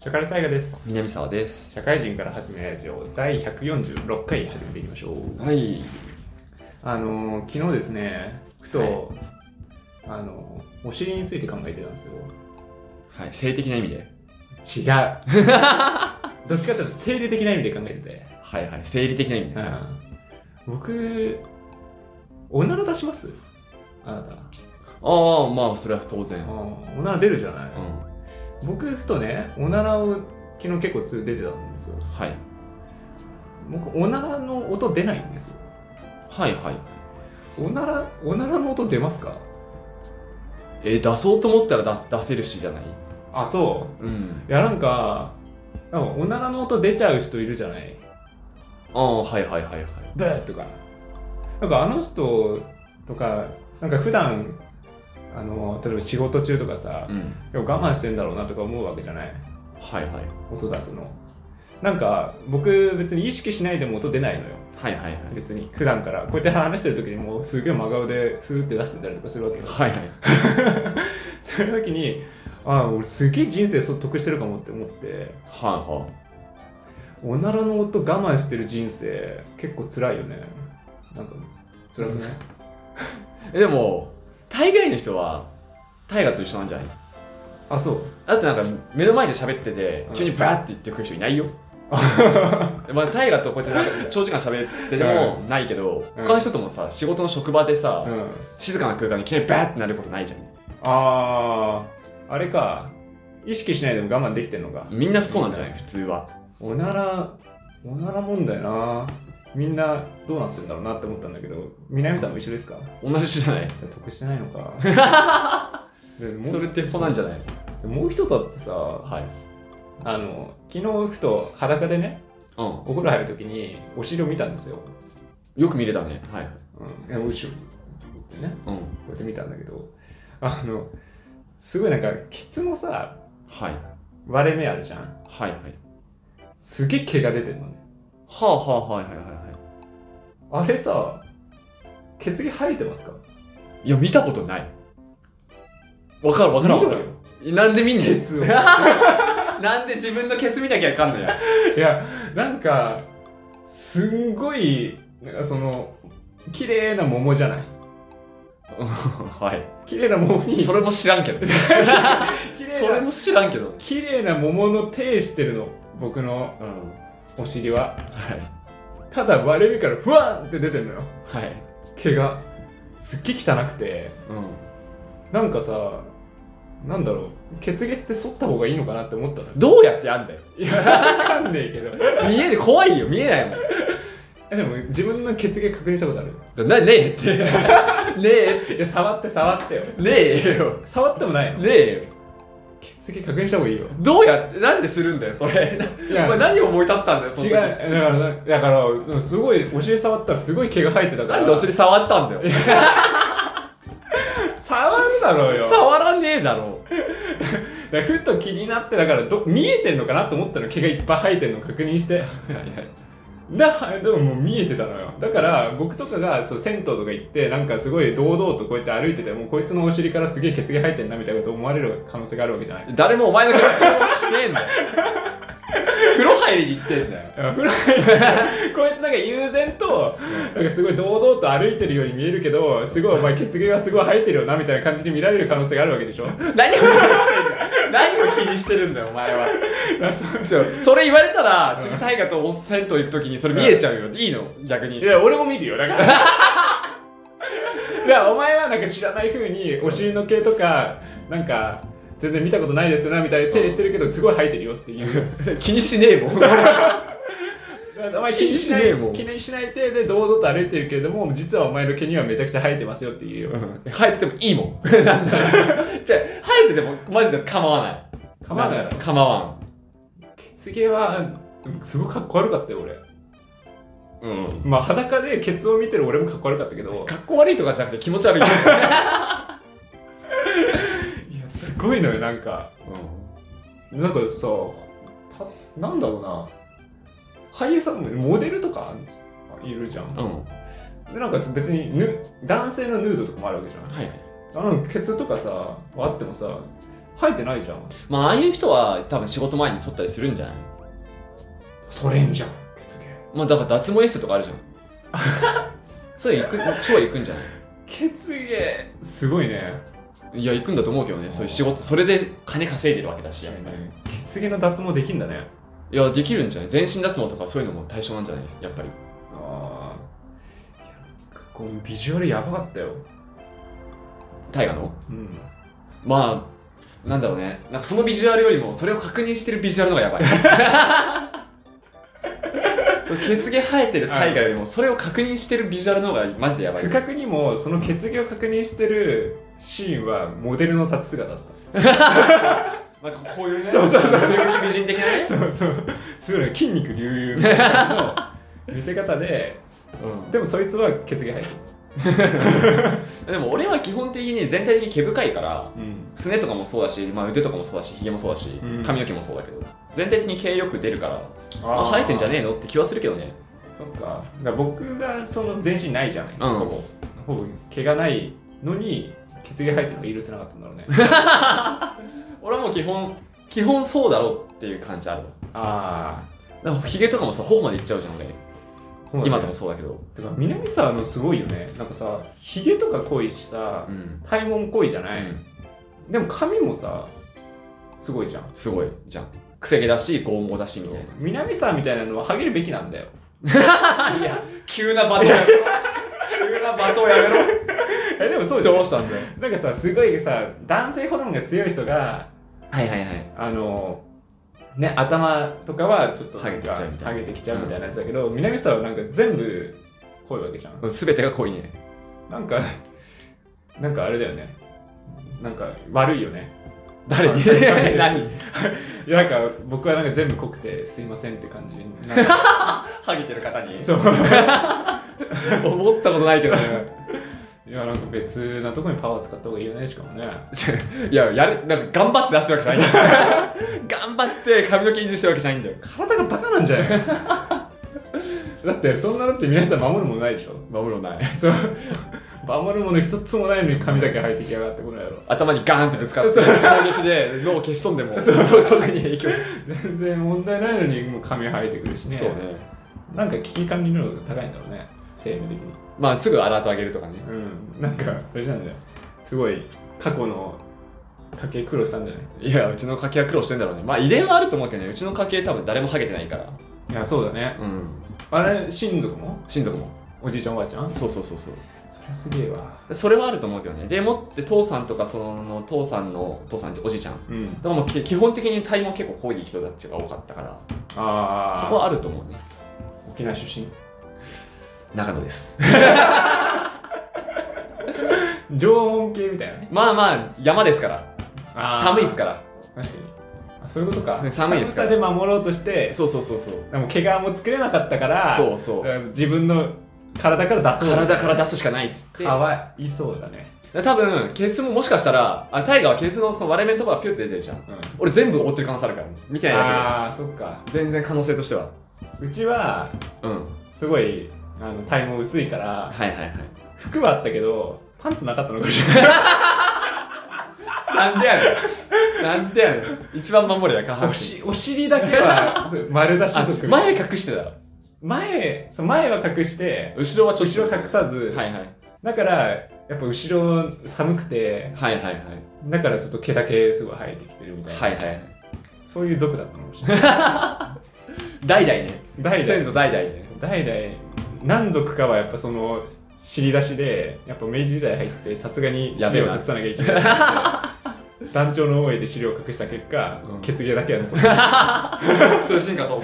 社会災害です。 南沢です。 社会人から始めるラジオ第146回始めていきましょう。 はい。 昨日ですね、ふと、はい、お尻について考えてたんですよ。 はい、性的な意味で。 違う。どっちかというと生理的な意味で考えてて。 はいはい、生理的な意味で。 僕、おなら出します？あなた。 ああ、まあそれは当然。 おなら出るじゃない。僕ふとね、おならを昨日結構出てたんですよ。 はい。 僕おならの音出ないんですよ。 はいはい。 おならの音出ますか？ 出そうと思ったら出せるしじゃない？ あ、そう。 うん。 いやなんかおならの音出ちゃう人いるじゃない。 はいはいはいはい。 ブーとか。なんかあの人とかなんか普段例えば仕事中とかさ、我慢してんだろうなとか思うわけじゃない。 はいはい。 音出すの。なんか僕別に意識しないでも音出ないのよ。 はいはいはい。 別に普段からこうやって話してる時にもうすげえ真顔でスーって出してたりとかするわけよ。 はいはい。 そういう時に俺すげえ人生得してるかもって思って。 はいはい。 おならの音我慢してる人生結構辛いよね。なんか辛くない？ でも大概の人は大河と一緒なんじゃない？ あ、そう。 だってなんか目の前で喋ってて急にバーって言ってくる人いないよ。まあ大河とこうやってなんか長時間喋ってでもないけど、他の人ともさ仕事の職場でさ、静かな空間にいきなりバーってなることないじゃん。 あれか。意識しないでも我慢できてんのか。 みんなそうなんじゃない？普通は。 おなら問題な。みんなどうなってんだろうなって思ったんだけど、南さんも一緒ですか？ 同じじゃない？ 得してないのか。 それってほなんじゃないの？もう一つあってさ、 はい、 昨日ふと裸でね、 お風呂入るときにお尻を見たんですよ。 よく見れたね。はい。 後ろでね、こうやって見たんだけど、すごいなんかケツのさ、 はい、 割れ目あるじゃん。 はいはい。 すげえ毛が出てるのね。 はいはいはいはい。 あれさ、血毛生えてますか？ いや見たことない。わかる。なんで見んの？ ケツを。 なんで自分のケツ見なきゃあかんのや。 いやなんかすんごいなんか綺麗な桃じゃない。 はい。 綺麗な桃に。 それも知らんけど。それも知らんけど。 綺麗な桃の手してるの僕のお尻は。 はい。 ただ割れ目からふわんって出てるのよ。 はい。 毛がすっげえ汚くて、なんかさ、なんだろう、血毛って剃った方がいいのかなって思ったの。 どうやってやんだよ。 いやわかんねえけど。 見える、怖いよ、見えないもん。 でも自分の血毛確認したことある？ ねえって。ねえって。 いや触ってよ。 ねえよ。 触ってもないの？ ねえよ。 血毛確認した方がいいよ。 どうやって、なんでするんだよ、それ。お前何を思い立ったんだよ、その時。 違う、だからすごいお尻触ったらすごい毛が生えてたから。 なんでお尻触ったんだよ。 触るだろうよ。 触らねえだろう。だからふと気になってだから見えてんのかなと思ったの。毛がいっぱい生えてんの確認して。でももう見えてたのよ。だから僕とかが銭湯とか行ってなんかすごい堂々とこうやって歩いててもうこいつのお尻からすげえ血毛生えてんなみたいなこと思われる可能性があるわけじゃない。 誰もお前の気持ちをしねえんだよ。風呂入りに行ってんだよ。 風呂入りこいつなんか悠然となんかすごい堂々と歩いてるように見えるけどすごいお前血毛がすごい生えてるよなみたいな感じに見られる可能性があるわけでしょ。 何を気にしてるんだよお前は。それ言われたら次大河と銭湯行くときにそれ見えちゃうよ。いいの逆に。 いや俺も見るよだから。いやお前はなんか知らない風にお尻の毛とかなんか全然見たことないですなみたいな手してるけどすごい生えてるよっていう。 気にしねえもん。 お前気にしない手で堂々と歩いてるけれども実はお前の毛にはめちゃくちゃ生えてますよっていう、 生えててもいいもん。なんだじゃあ生えててもマジで構わない。構わん。 血毛はすごいかっこ悪かったよ俺。まあ裸でケツを見てる俺もかっこ悪かったけど。 かっこ悪いとかじゃなくて気持ち悪い。 すごいのよなんか、なんかさなんだろうな俳優さんモデルとかいるじゃん、でなんか別に男性のヌードとかもあるわけじゃん、ケツとかさあってもさ生えてないじゃん。 まあああいう人は多分仕事前に剃ったりするんじゃない？ それんじゃん血芸。 まあだから脱毛エステとかあるじゃん。それ行く、超行くんじゃない？ 血芸すごいね。 いや行くんだと思うけどね。そういう仕事、それで金稼いでるわけだし、やっぱり。 血芸の脱毛できんだね。 いやできるんじゃない？全身脱毛とかそういうのも対象なんじゃないですか、やっぱり。 ああ。このビジュアルやばかったよ。 大河の？ うん。 まあなんだろうね。なんかそのビジュアルよりもそれを確認してるビジュアルの方がやばい。血毛生えてる大河よりもそれを確認してるビジュアルの方がマジでやばい。 不覚にもその血毛を確認してるシーンはモデルの立ち姿だった。 なんかこういうね、 そうそうそう、 美人的なね。 そうそう、すごい筋肉隆々みたいな感じの見せ方で、でもそいつは血毛生えてる。 でも俺は基本的に全体的に毛深いから、 うん、 すねとかもそうだし、まあ、腕とかもそうだし、ひげもそうだし、 うん、 髪の毛もそうだけど、全体的に毛よく出るから、まあ、生えてんじゃねえのって気はするけどね。 そっか。だから僕がその全身ないじゃない、 うん、 ほぼ毛がないのに血毛生えてるのが許せなかったんだろうね。 俺はもう基本そうだろうっていう感じあるわ。 ああ。だからヒゲとかもさ、頬までいっちゃうじゃん、俺。 ね、 今でもそうだけど。 てか南沢のすごいよね。なんかさ、ヒゲとか濃いしさ、体毛濃いじゃない、でも髪もさ、すごいじゃん。 すごいじゃん。癖毛だし、剛毛だしみたいな。 南沢みたいなのはハゲるべきなんだよ。 いや、急なバトンやめろ。急なバトンやめろ。 でもそうじゃん。 どうしたんだよ。 なんかさ、すごいさ、男性ホルモンが強い人が、 はいはいはい。 ね、頭とかはちょっとハゲてきちゃうみたいな。 ハゲてきちゃうみたいなやつだけど、南沢はなんか全部濃いわけじゃん。 すべてが濃いね。 なんかあれだよね。なんか悪いよね。 誰に？何？ いやなんか僕はなんか全部濃くてすいませんって感じになる。 ハゲてる方に？ そう。 思ったことないけどね。 いやなんか別なところにパワー使った方がいいよね、しかもね。 いや、なんか頑張って出してるわけじゃないんだよ。頑張って髪の毛維持してるわけじゃないんだよ。 体がバカなんじゃないだってそんなのって皆さん守るものないでしょ。 守るもない。 そう。守るもの一つもないのに髪だけ生えてきやがってこの野郎。 頭にガーンってぶつかって衝撃で脳を消し飛んでもそう特に影響。 全然問題ないのにもう髪生えてくるしね。 そうね。 なんか危機管理能力が高いんだろうね、生命的に。 まあすぐアラート上げるとかね。 うん。なんかあれなんだよ。すごい過去の家系苦労したんだよね。 いや、うちの家系は苦労してんだろうね。まあ遺伝はあると思うけどね、うちの家系多分誰もハゲてないから。 いや、そうだね。 うん。 あれ、親族も親族も。 おじいちゃんおばあちゃん？ そうそうそうそう。 そりゃすげえわ。 それはあると思うけどね。でもって父さんとかその父さんのおじいちゃん。 うん。 だからもう基本的に体毛結構濃い人たちが多かったから。 ああ。 そこはあると思うね。 沖縄出身？ 長野です。 縄文系みたいなね。 まあまあ山ですから。寒いですから。 確かに。そういうことか。 寒いですから。 寒さで守ろうとして、 そうそうそうそう。 でも毛皮も作れなかったから、 そうそう。 自分の体から出そう。 体から出すしかないっつって。 かわいそうだね。 多分、ケツももしかしたら、タイガーはケツのその割れ目のところがピュッて出てるじゃん。俺全部覆ってる可能性あるから、ね、見てないだけで。 ああ、そっか。 全然可能性としては。 うちは、すごい体毛薄いから、 はいはいはい。 服はあったけど、パンツなかったのかもしれない。 なんでやねん。なんでやねん。一番守れや、下半身。 お尻だけは丸出し族。 前隠してた。 前は隠して、 後ろはちょっと。 後ろ隠さず。 はいはい。 だから、やっぱ後ろ寒くて、 はいはいはい。 だからちょっと毛だけすごい生えてきてるみたいな。 はいはい。 そういう族だったのかもしれない。 代々ね。 代々。 先祖代々ね。 代々。何族かはやっぱその、尻出しで、やっぱ明治時代入って、さすがに尻を隠さなきゃいけない。団長の思いで尻を隠した結果、血毛だけは残ってる。 そういう進化と。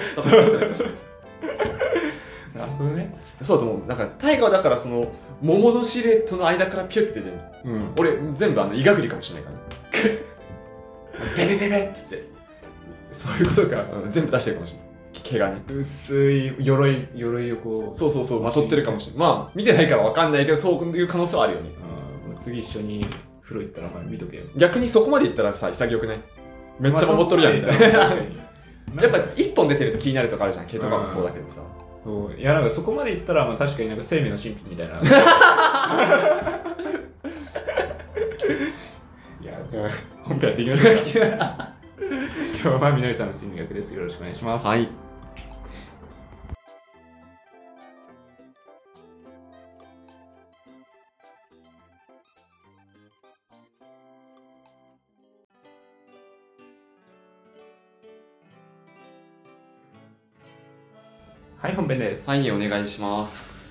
なるほどね。 そうと思う。なんか、タイガーだからその、桃のシルエットの間からピュッて出てるの。俺、全部イガグリかもしれないからね。ベベベベっつって。 そういうことか。 全部出してるかもしれない。毛がね。 薄い鎧をこう。 そうそうそう、まとってるかもしれない。まあ、見てないから分かんないけど、そういう可能性はあるよね。 次一緒に風呂行ったら見とけよ。 逆にそこまで行ったらさ、潔くない？めっちゃ守っとるやんみたいな。やっぱ一本出てると気になるとかあるじゃん。毛とかもそうだけどさ。 そう。いやなんかそこまで行ったら、まあ確かになんか生命の神秘みたいな。 いや、じゃあ本編やっていきましょうか。今日は南さんの心理学です。よろしくお願いします。 はい。 はい、本編です。 はい、お願いします。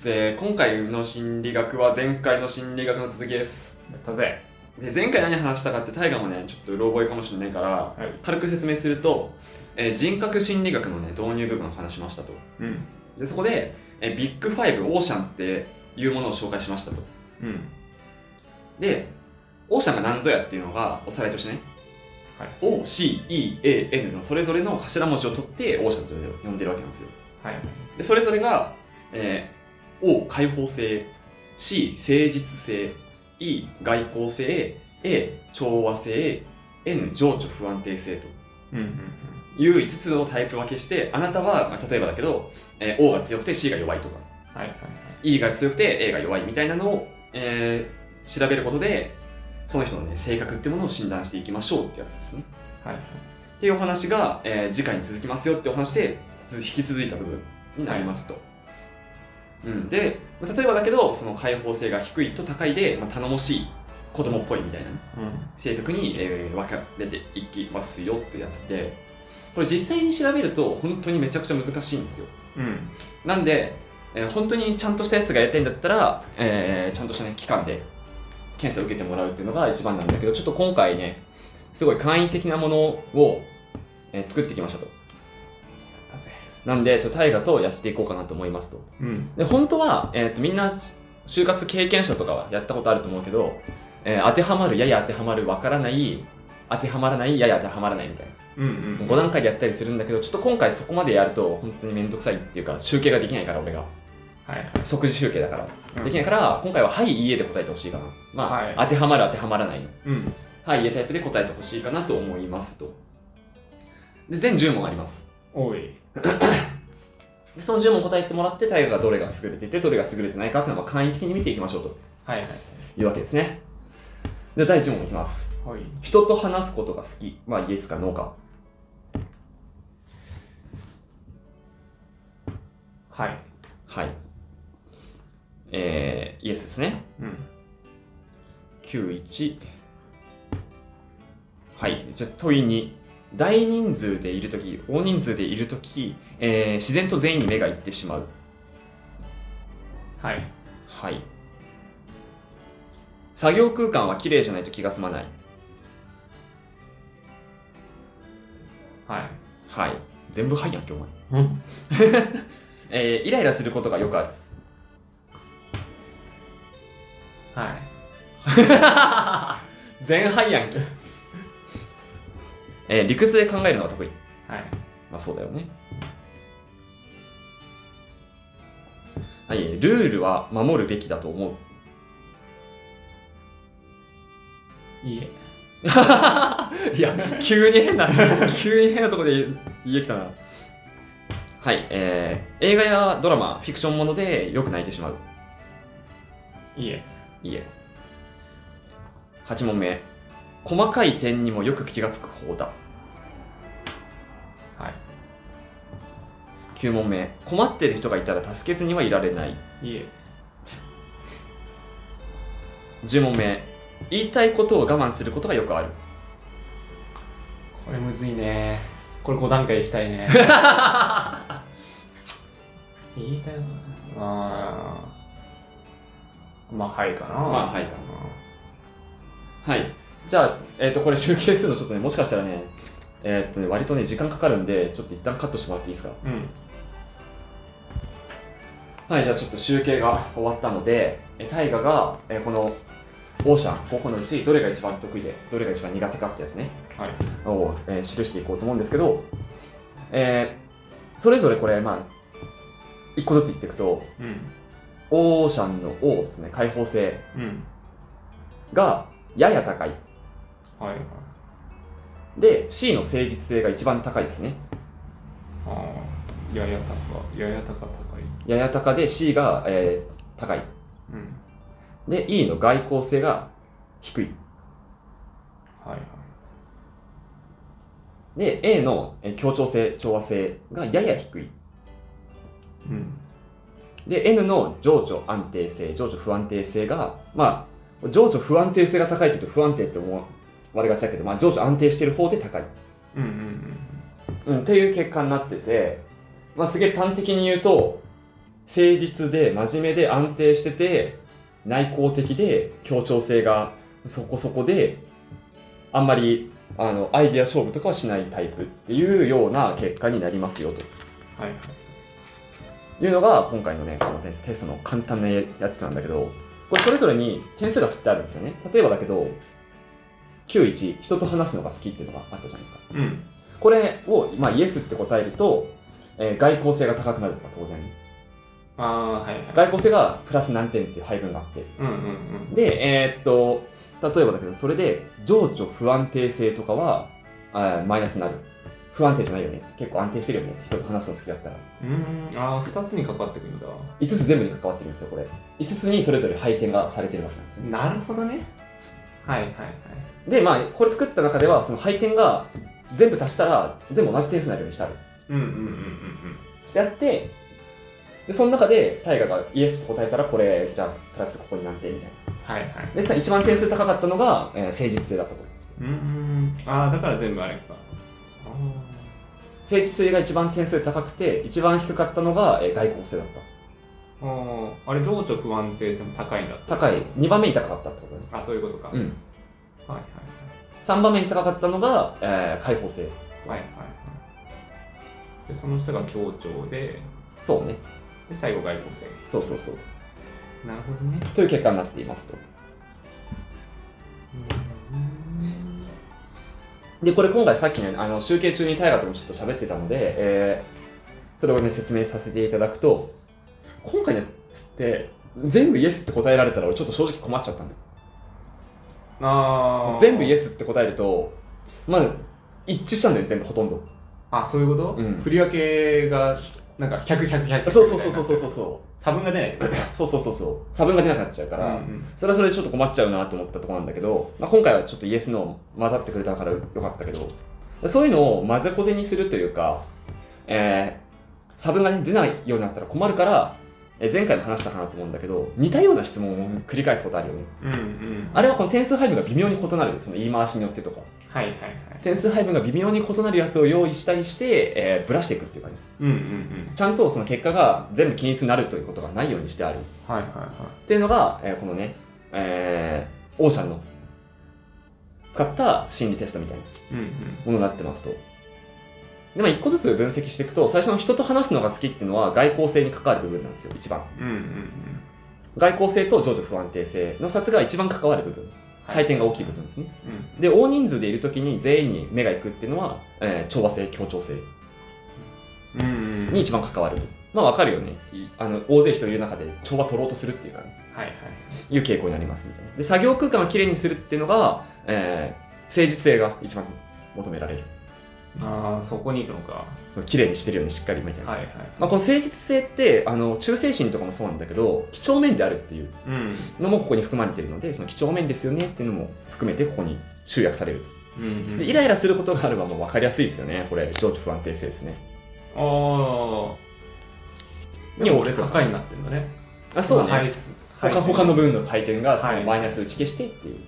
で、今回の心理学は前回の心理学の続きです。 やったぜ。 で、前回何話したかって大河もね、ちょっとうろ覚えかもしれないから、 はい、 軽く説明すると、人格心理学のね、導入部分を話しましたと。 うん、 で、そこで、ビッグファイブ、オーシャンっていうものを紹介しましたと。 うん、 で、オーシャンが何ぞやっていうのがおさらいとしてね、 はい、 O、C、E、A、N のそれぞれの頭文字を取ってオーシャンと呼んでるわけなんですよ。 はい、 でそれぞれが、O、開放性、C、誠実性、E、外交性、A、調和性、N、情緒不安定性という5つをタイプ分けして、あなたは、例えばだけど、O が強くて C が弱いとか、 はいはい、 E が強くて A が弱いみたいなのを、調べることで、その人の、ね、性格ってものを診断していきましょうってやつですね。 はいはい、 っていうお話が、次回に続きますよってお話で引き続いた部分になりますと。で、例えばだけど、その開放性が低いと高いで、頼もしい子供っぽいみたいな、ね性格に、分かれていきますよってやつで、これ実際に調べると本当にめちゃくちゃ難しいんですよ。なんで、本当にちゃんとしたやつがやりたいんだったら、ちゃんとした、ね、機関で検査を受けてもらうっていうのが一番なんだけど、ちょっと今回ね、すごい簡易的なものを、作ってきましたと。なんで、大河とやっていこうかなと思いますと。で本当は、みんな就活経験者とかはやったことあると思うけど、当てはまる、やや当てはまる、わからない、当てはまらない、やや当てはまらないみたいな。5段階でやったりするんだけど、ちょっと今回そこまでやると本当にめんどくさいっていうか、集計ができないから、俺が。はい、即時集計だから。できないから、今回ははい、いいえで答えてほしいかな。はい、当てはまる、当てはまらないの。はい、いいえタイプで答えてほしいかなと思いますと。で、全10問あります。 おい。 でその10問答えてもらって、大河がどれが優れていて、どれが優れてないかっていうのを簡易的に見ていきましょうと。いうわけですね。で、第1問いきます。はい、人と話すことが好き。イエスかノーか。 はい。 はい。イエスですね。91。はい。じゃあ問い2。大人数でいるとき、大人数でいるとき、自然と全員に目がいってしまう。 はい。 はい。作業空間は綺麗じゃないと気が済まない。 はい。 はい。全部はいやんけ、お前。イライラすることがよくある。 はい。 全はいやんけ。理屈で考えるのが得意。 はい。 そうだよね。はい。ルールは守るべきだと思う。 いいえ。 いや、急に変なところで家来たな。はい。映画やドラマ、フィクションものでよく泣いてしまう。 いいえ。 いいえ。8問目。細かい点にもよく気がつく方だ。 はい。 9問目。困ってる人がいたら助けずにはいられない。 いいえ。 10問目。言いたいことを我慢することがよくある。 これむずいね。これ5段階したいね。言いたいな。はいかな。 はいかな。はい。じゃあ、これ集計するのちょっとね、もしかしたらね、割とね、時間かかるんで、ちょっと一旦カットしてもらっていいですか。はい、じゃあちょっと集計が終わったので、大河が、このオーシャン、5個のうちどれが一番得意で、どれが一番苦手かってやつね、を、記していこうと思うんですけど、それぞれこれ、1個ずつ言っていくと、オーシャンの O ですね、開放性がやや高い。で、C の誠実性が一番高いですね。 やや高い。 やや高で C が、高い。で、E の外交性が低い。 はいはい。 で、A の協調性、調和性がやや低い。 うん。 で、N の情緒安定性、情緒不安定性が、まあ、情緒不安定性が高いというと不安定って思われがちだけど、まあ、情緒安定している方で高い。っていう結果になってて、まあ、すげえ端的に言うと、誠実で真面目で安定してて、内向的で協調性がそこそこで、あんまりアイデア勝負とかはしないタイプっていうような結果になりますよと。 はいはい。 いうのが今回のね、このテストの簡単なやつなんだけど、これそれぞれに点数が振ってあるんですよね。例えばだけど、91、人と話すのが好きっていうのがあったじゃないですか。 うん。 これを、まあ、イエスって答えると、外交性が高くなるとか当然。 ああ、はいはい。 外交性がプラス何点っていう配分があって。で、例えばだけど、それで情緒不安定性とかはマイナスになる。不安定じゃないよね。結構安定してるよね。人と話すの好きだったら。 2つに関わってくるんだ。 5つ全部に関わってるんですよ、これ。5つにそれぞれ配点がされてるわけなんですね。 なるほどね。はいはいはい。 で、まあ、これ作った中では、その配点が全部足したら、全部同じ点数になるようにしてある。してあって、で、その中で、タイガがイエスって答えたら、これ、じゃあ、プラスここに何点みたいな。 はいはい。 で、一番点数高かったのが、誠実性だったと。 だから全部あれか。 誠実性が一番点数高くて、一番低かったのが、外交性だった。 あれ、情緒不安定性も高いんだった。 高い。2番目に高かったってことね。 あ、そういうことか。 うん。 はいはいはい。 3番目に高かったのが、開放性。 はいはいはい。で、その下が協調で、 そうね。 で、最後外交性。 そうそうそう。 なるほどね。 という結果になっていますと。で、これ今回さっきね、集計中に大河ともちょっと喋ってたので、それをね、説明させていただくと、今回のやつって、全部イエスって答えられたら俺ちょっと正直困っちゃったんだよ。全部イエスって答えると、まあ、一致したんだよ、全部ほとんど。 あ、そういうこと？振り分けが、なんか100、100、100。 そう。 差分が出ないってことか。 そう。差分が出なくなっちゃうから、それはそれでちょっと困っちゃうなと思ったところなんだけど、まあ、今回はちょっとイエスの混ざってくれたからよかったけど、そういうのを混ぜこぜにするというか、差分が、ね、出ないようになったら困るから、前回も話したかなと思うんだけど、似たような質問を繰り返すことあるよね。あれはこの点数配分が微妙に異なる、その言い回しによってとか。点数配分が微妙に異なるやつを用意したりして、ブラしていくっていうかね。ちゃんとその結果が全部均一になるということがないようにしてある。っていうのが、このね、オーシャンの使った心理テストみたいなものになってますと。で、まあ、一個ずつ分析していくと、最初の人と話すのが好きっていうのは外交性に関わる部分なんですよ、一番。外交性と情緒不安定性の2つが一番関わる部分。配点が大きい部分ですね。で、大人数でいるときに全員に目が行くっていうのは、調和性、協調性に一番関わると。まあ、わかるよね。大勢人いる中で調和取ろうとするっていうかね。いう傾向になりますみたいな。で、作業空間をきれいにするっていうのが、誠実性が一番求められる。 そこに行くのか。 綺麗にしてるようにしっかりみたいな。まあ、この誠実性って忠誠心とかもそうなんだけど、几帳面であるっていうのもここに含まれているので、その几帳面ですよねっていうのも含めてここに集約される。で、イライラすることがあればもう分かりやすいですよね。これ情緒不安定性ですね。 でも俺高いになってるんだね。 そうね。他の分の配点がそのマイナス打ち消してっていう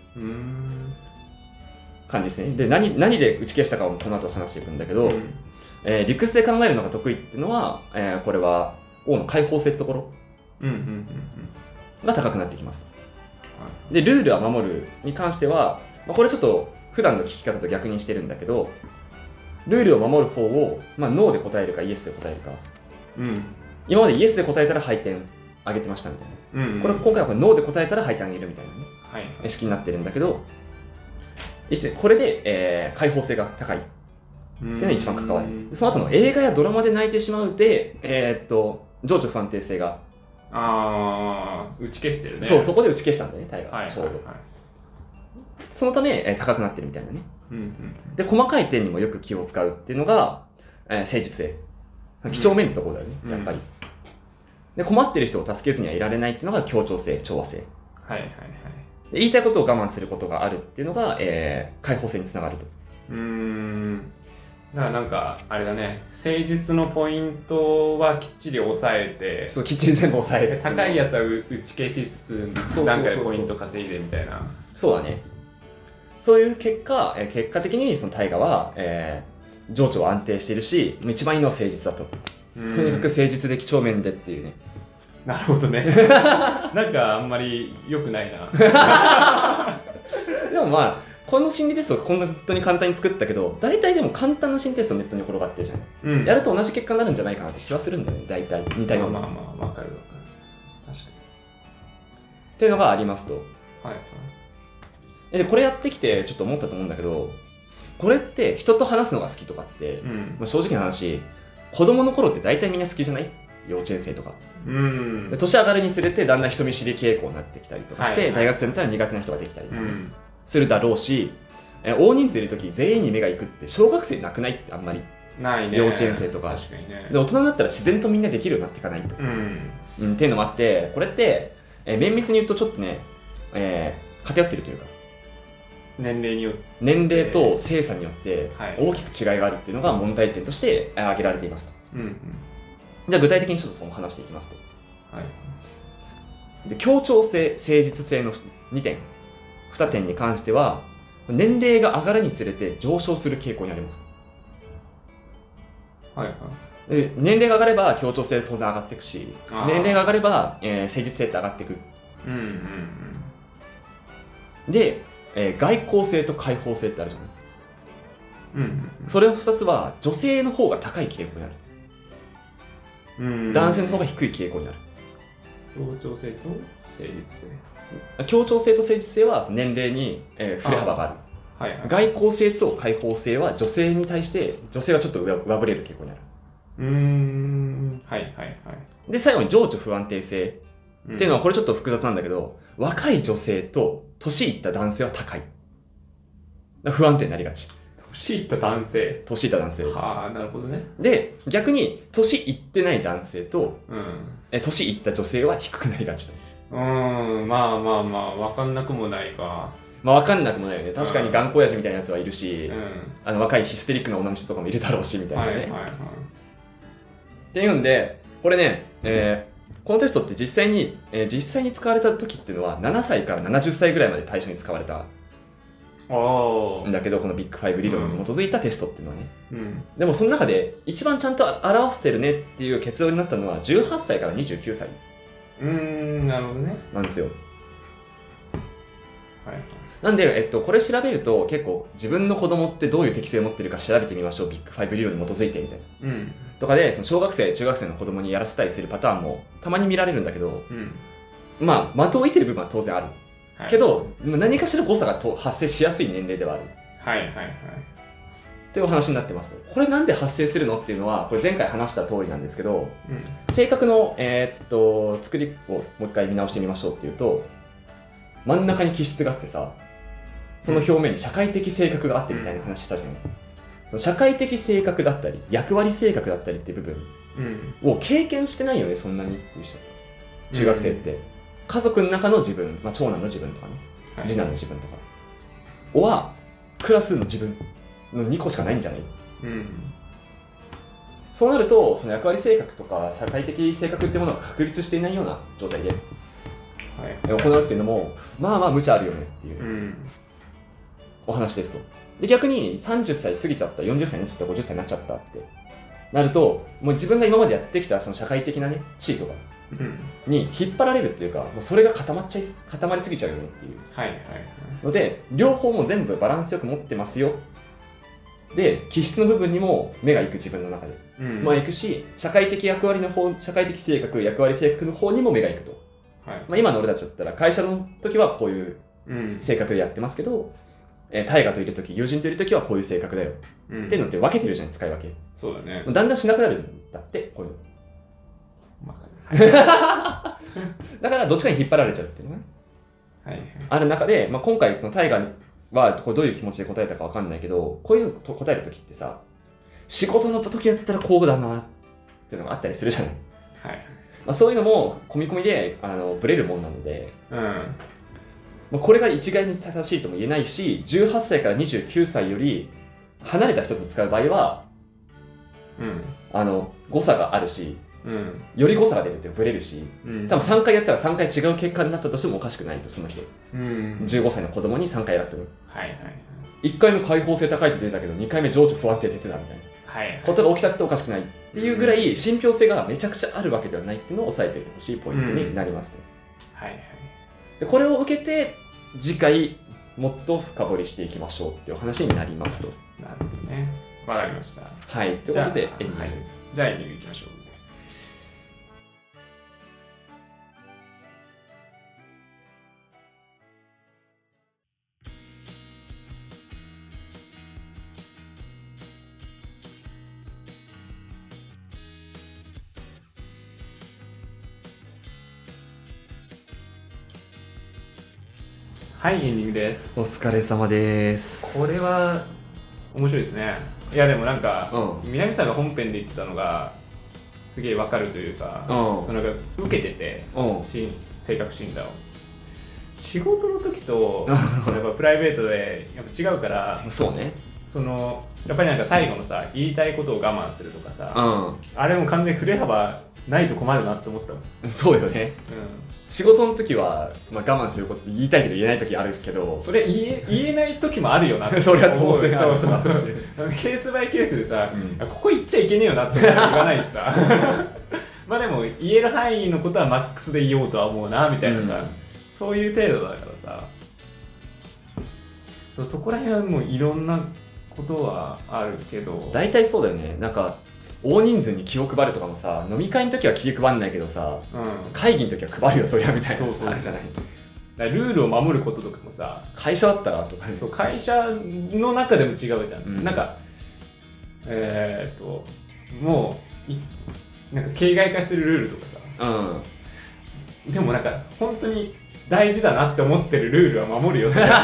感じですね。で、何で打ち消したかをこの後話していくんだけど、理屈で考えるのが得意っていうのは、これは王の開放性ってところが高くなってきますと。で、ルールは守るに関しては、これちょっと普段の聞き方と逆にしてるんだけど、ルールを守る方を、ノーで答えるかイエスで答えるか。今までイエスで答えたら配点上げてましたみたいな。今回はノーで答えたら配点上げるみたいなね、式になってるんだけど、これで、開放性が高いっていうのが一番関わる。その後の映画やドラマで泣いてしまうで、情緒不安定性が打ち消してるね。 そこで打ち消したんだよね、タイガーちょうど。そのため、高くなってるみたいなね。で、細かい点にもよく気を使うっていうのが、誠実性。几帳面ってところだよね、やっぱり。で、困ってる人を助けずにはいられないっていうのが協調性、調和性。 で言いたいことを我慢することがあるっていうのが、解放性につながると。 だからなんかあれだね、誠実のポイントはきっちり抑えて、 そうきっちり全部抑えて高いやつは打ち消しつつなんかでポイント稼いでみたいな。 そうだね。そういう結果的にその大河は、情緒は安定しているし、一番いいのは誠実だと。とにかく誠実で几帳面でっていうね。 なるほどね。なんかあんまり良くないな。 でもまあこの心理テスト本当に簡単に作ったけど、大体でも簡単な心理テストネットに転がってるじゃん。やると同じ結果になるんじゃないかなって気はするんだよね。大体似たような。 まあわかる。確かに。 っていうのがありますと。 はいでこれやってきてちょっと思ったと思うんだけど、これって人と話すのが好きとかって、正直な話、子供の頃って大体みんな好きじゃない？幼稚園生とか。で年上がるにつれてだんだん人見知り傾向になってきたりとかして、大学生だったら苦手な人ができたりとか、するだろうし、大人数いるとき全員に目が行くって小学生なくないってあんまり。 ないね。 幼稚園生とか。 確かにね。 で大人になったら自然とみんなできるようになっていかないと。っていうのもあって、これって、綿密に言うとちょっとね、偏ってるというか。 年齢によって年齢と性差によって大きく違いがあるっていうのが問題点として挙げられていますと。じゃあ具体的にちょっとその話していきますと。で協調性、誠実性の2点に関しては年齢が上がるにつれて上昇する傾向にあります。で年齢が上がれば協調性当然上がっていくし、年齢が上がれば、誠実性って上がっていく。で外交性と開放性ってあるじゃない。それの2つは女性の方が高い傾向にある。男性の方が低い傾向にある。 協調性と誠実性。 協調性と誠実性は年齢に、振れ幅がある。外交性と開放性は女性に対して女性はちょっと上振れる傾向にある。で最後に情緒不安定性っていうのはこれちょっと複雑なんだけど、若い女性と年いった男性は高い。不安定になりがち。 年いった男性。 はあ、なるほどね。 で逆に年いってない男性と、年いった女性は低くなりがちと。 まあ分かんなくもないか。 分かんなくもないよね。確かに頑固親父みたいなやつはいるし、若いヒステリックな女の人とかもいるだろうしみたいなね。っていうんでこれね、このテストって実際に使われた時っていうのは7歳から70歳ぐらいまで対象に使われたんだけど、このビッグ5理論に基づいたテストっていうのはね、でもその中で一番ちゃんと表してるねっていう結論になったのは18歳から29歳なるほどね。 なんですよ。なんで、これ調べると結構自分の子供ってどういう適性を持ってるか調べてみましょう、ビッグ5理論に基づいてみたいな、とかでその小学生中学生の子供にやらせたりするパターンもたまに見られるんだけど、まあ的を射てる部分は当然ある、けど何かしら誤差が発生しやすい年齢ではあるというお話になってますと。これなんで発生するのっていうのはこれ前回話した通りなんですけど、性格の、作りをもう一回見直してみましょうっていうと、真ん中に気質があってさ、その表面に社会的性格があってみたいな話したじゃん。その社会的性格だったり役割性格だったりっていう部分を経験してないよね、そんなにっていう人。中学生って家族の中の自分、長男の自分とかね、次男の自分とかはクラスの自分の2個しかないんじゃない？そうなるとその役割性格とか社会的性格ってものが確立していないような状態で行うっていうのもまあ無茶あるよねっていうお話ですと。で逆に30歳過ぎちゃった、40歳になっちゃった、50歳になっちゃったってなると、もう自分が今までやってきたその社会的なね地位とかに引っ張られるっていうか、もうそれが固まりすぎちゃうよねっていうので、両方も全部バランスよく持ってますよ。で気質の部分にも目がいく、自分の中で、いくし、社会的役割の方、社会的性格、役割性格の方にも目がいくと。今の俺たちだったら会社の時はこういう性格でやってますけど、大河といる時、友人といる時はこういう性格だよ、っていうのって分けてるじゃん、使い分け。 そうだね。 だんだんしなくなるんだって、こういうの。だからどっちかに引っ張られちゃうっていうのが、ある中で、今回その大河はこれどういう気持ちで答えたか分かんないけど、こういうの答える時ってさ、仕事の時やったらこうだなっていうのがあったりするじゃない。そういうのも込み込みでブレるもんなので、 これが一概に正しいとも言えないし、18歳から29歳より離れた人に使う場合は、誤差があるし、より誤差が出るってブレるし、多分3回やったら3回違う結果になったとしてもおかしくないと、その人。15歳の子供に3回やらせる。1回の開放性高いって出たけど、2回目情緒不安定出てたみたいなことが起きたっておかしくないっていうぐらい、信憑性がめちゃくちゃあるわけではないっていうのを押さえておいてほしいポイントになりますと。でこれを受けて、次回もっと深掘りしていきましょうっていう話になりますと。 なるほどね。わかりました。 はい。ということで、エンディングです。 じゃあエンディングいきましょう。はい、エンディングです。 お疲れ様です。 これは面白いですね。いやでもなんか、南さんが本編で言ってたのがすげえわかるというか、そのなんか受けてて、性格診断を仕事の時とそれはプライベートでやっぱ違うから、 そうね。 そのやっぱりなんか最後のさ、言いたいことを我慢するとかさ、あれも完全に振れ幅ないと困るなって思ったもん。 そうよね。仕事の時は、我慢すること言いたいけど言えない時あるけど、 それ言えない時もあるよなってそれは当然ある。 そうケースバイケースでさ、ここ言っちゃいけねえよなって言わないしさまあでも言える範囲のことはマックスで言おうとは思うなみたいなさ、そういう程度だからさ、そこら辺はもういろんなことはあるけど、 大体そうだよね。なんか大人数に気を配るとかもさ、飲み会の時は気配んないけどさ、会議の時は配るよそりゃみたいなのあるじゃない。 ルールを守ることとかもさ、 会社だったらとかね。 そう、会社の中でも違うじゃん。なんかもうなんか形骸化してるルールとかさ、でもなんか本当に大事だなって思ってるルールは守るよそれ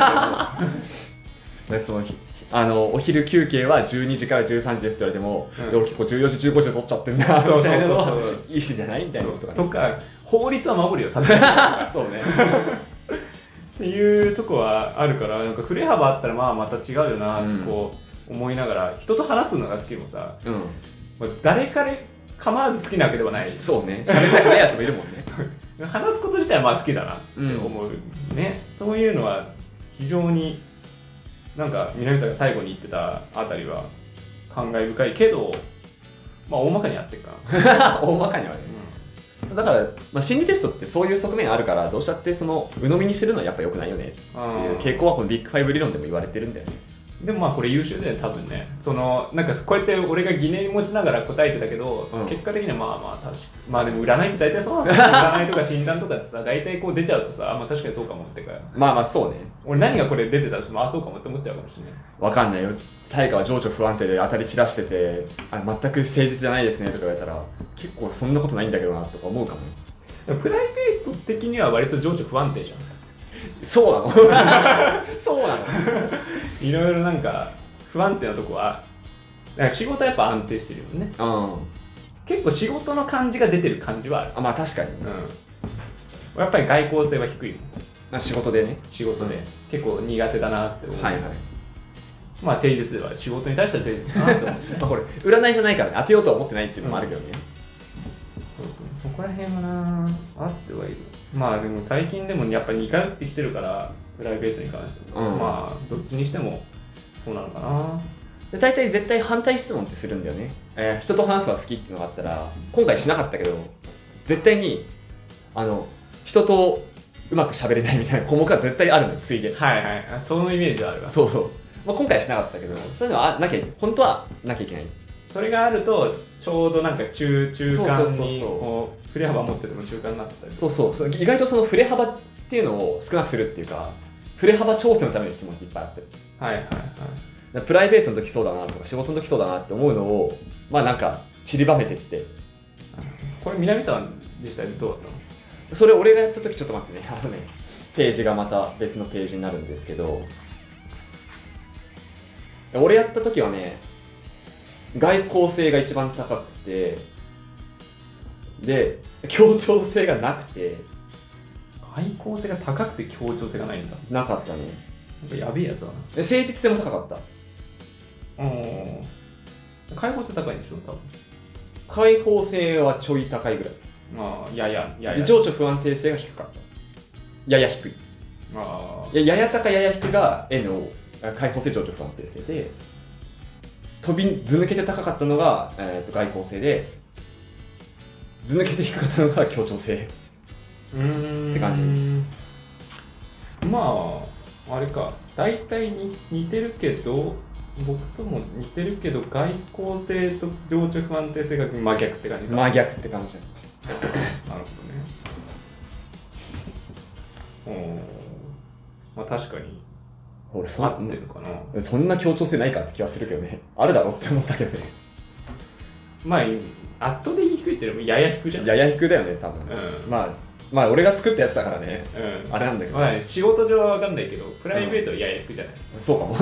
そのお昼休憩は12時から13時ですって言われても、俺結構14時15時で取っちゃってんだみたいなのはいいしじゃないみたいなこととか、法律は守るよさすがにそうねっていうとこはあるから、なんか振れ幅あったらまた違うよなってこう思いながら、人と話すのが好きでもさ、誰彼構わず好きなわけではない。 そうね、喋りたくないやつもいるもんね話すこと自体は好きだなって思うね。そういうのは非常になんか南さんが最後に言ってたあたりは感慨深いけど、大まかにやってるかな大まかにはね、だから、心理テストってそういう側面あるから、どうしたってその鵜呑みにするのはやっぱ良くないよねっていう傾向はこのビッグファイブ理論でも言われてるんだよね。 でもこれ優秀だよ多分ね。なんかこうやって俺が疑念持ちながら答えてたけど、結果的には確かでも占いって大体そうなんだよ占いとか診断とかってさ、大体こう出ちゃうとさ、確かにそうかもってか、 そうね。 俺何がこれ出てたらそうかもって思っちゃうかもしれない。 わかんないよ。大河は情緒不安定で当たり散らしてて、全く誠実じゃないですねとか言われたら、結構そんなことないんだけどなとか思うかもね。 プライベート的には割と情緒不安定じゃん。 そうなのそうなのいろいろなんか不安定なとこは、仕事はやっぱ安定してるよね。結構仕事の感じが出てる感じはある。 確かに。 やっぱり外交性は低いもん。 仕事でね。 仕事で、結構苦手だなって思う。 はいはい。 誠実は仕事に対しては誠実だなって思うしね。 これ占いじゃないからね、当てようとは思ってないっていうのもあるけどね。 そこら辺はなあってはいる。でも最近でもやっぱ似通ってきてるから、プライベートに関しても、どっちにしてもそうなのかな。 で大体絶対反対質問ってするんだよね。人と話すのが好きっていうのがあったら、今回しなかったけど絶対に人とうまく喋れないみたいな項目は絶対あるのよ、ついで。そのイメージはあるわ。そうそう、今回はしなかったけど、そういうのは本当はなきゃいけない。 それがあるとちょうどなんか中間に振れ幅持ってても中間になってたり。 そう意外とその振れ幅っていうのを少なくするっていうか、振れ幅調整のための質問っていっぱいあって、プライベートの時そうだなとか仕事の時そうだなって思うのをなんか散りばめてって。 これ南さんでしたらどうだったの？ それ俺がやった時、ちょっと待ってね、ページがまた別のページになるんですけど、俺やった時はね、外交性が一番高くて、で協調性がなくて、 対抗性が高くて協調性がないんだ。 なかったね。 なんかやべえやつだな。 誠実性も高かった。 開放性高いんでしょ多分。 開放性はちょい高いぐらい。 やや。 情緒不安定性が低かった。やや低い。やや高やや低が N を開放性情緒不安定性で、ず抜けて高かったのが、外交性で、ず抜けて低かったのが協調性って感じ。まああれか、大体に似てるけど、僕とも似てるけど、外交性と情緒不安定性が真逆って感じか。 真逆って感じ。 なるほどね。まあ確かに俺合ってるかな。 そんな協調性ないかって気はするけどね。あるだろうって思ったけどね。 まあ圧倒的に低いっていうのもやや低じゃん。 やや低だよね多分。まあ俺が作ったやつだからね。あれなんだけど。 まあ仕事上は分かんないけど、プライベートはやや低じゃない。 そうかも。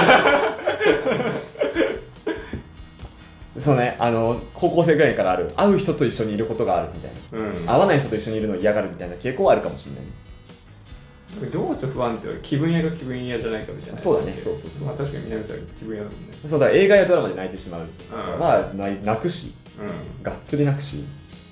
そうね、高校生ぐらいからある、会う人と一緒にいることがあるみたいな、会わない人と一緒にいるのを嫌がるみたいな傾向はあるかもしれない。 情緒不安定は気分屋が気分屋じゃないかみたいな。 そうだね、そう。 まあ確かに南さん気分屋だもんね。 そうだ、映画やドラマで泣いてしまうは泣くし、がっつり泣くし。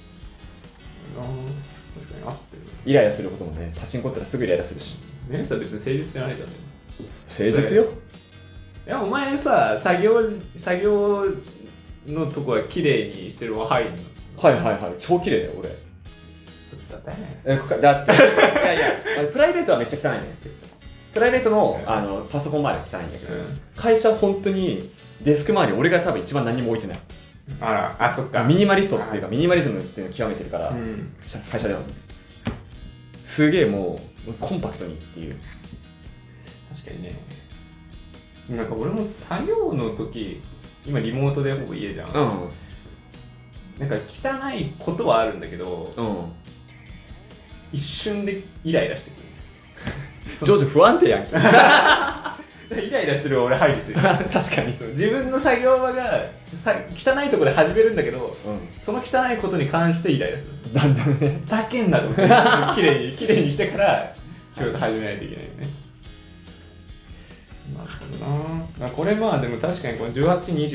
確かに合ってる。 イライラすることもね、パチンコったらすぐイライラするし。 南さん別に誠実じゃないじゃんね。 誠実よ。 いやお前さ、作業のとこは綺麗にしてるの入るの。 はい、超綺麗だよ俺。 そうだね。 だっていやプライベートはめっちゃ汚いね。プライベートのパソコン周りは汚いんだけど、会社は本当にデスク周り俺が多分一番何も置いてない。 そっか。 ミニマリストっていうかミニマリズムっていうのを極めてるから、会社ではすげえもうコンパクトにっていう。 確かにね。なんか俺も作業の時、今リモートでほぼ家じゃん。なんか汚いことはあるんだけど、一瞬でイライラしてくる。 情緒不安定やんけ。 イライラする俺配慮してる。 確かに。 自分の作業場が汚いところで始めるんだけど、その汚いことに関してイライラする。 だんだんね。 ふざけんなと思って、きれいにしてから仕事始めないといけないよね。なるほどな。これまあでも確かにこの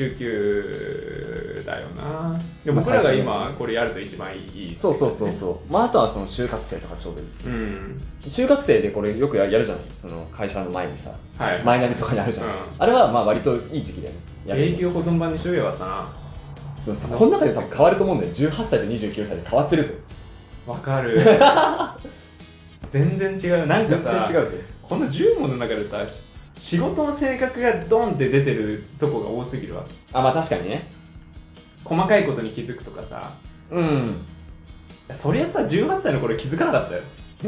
18、29だよな。で僕らが今これやると一番いい。 そう。まああとはその就活生とかちょうどいい。就活生でこれよくやるじゃない。その会社の前にさ、前ナビとかにあるじゃん。あれはまあ割といい時期だよね。 永久保存版にしとけばよかったな。 でもさ、この中で多分変わると思うんだよ。18歳と29歳で変わってるぜ。 わかる。全然違う。なんかさ、 全然違うぜ。 この10問の中でさ、仕事の性格がドンって出てるとこが多すぎるわ。 まあ確かにね。 細かいことに気づくとかさ。そりゃさ、18歳の頃気づかなかったよ。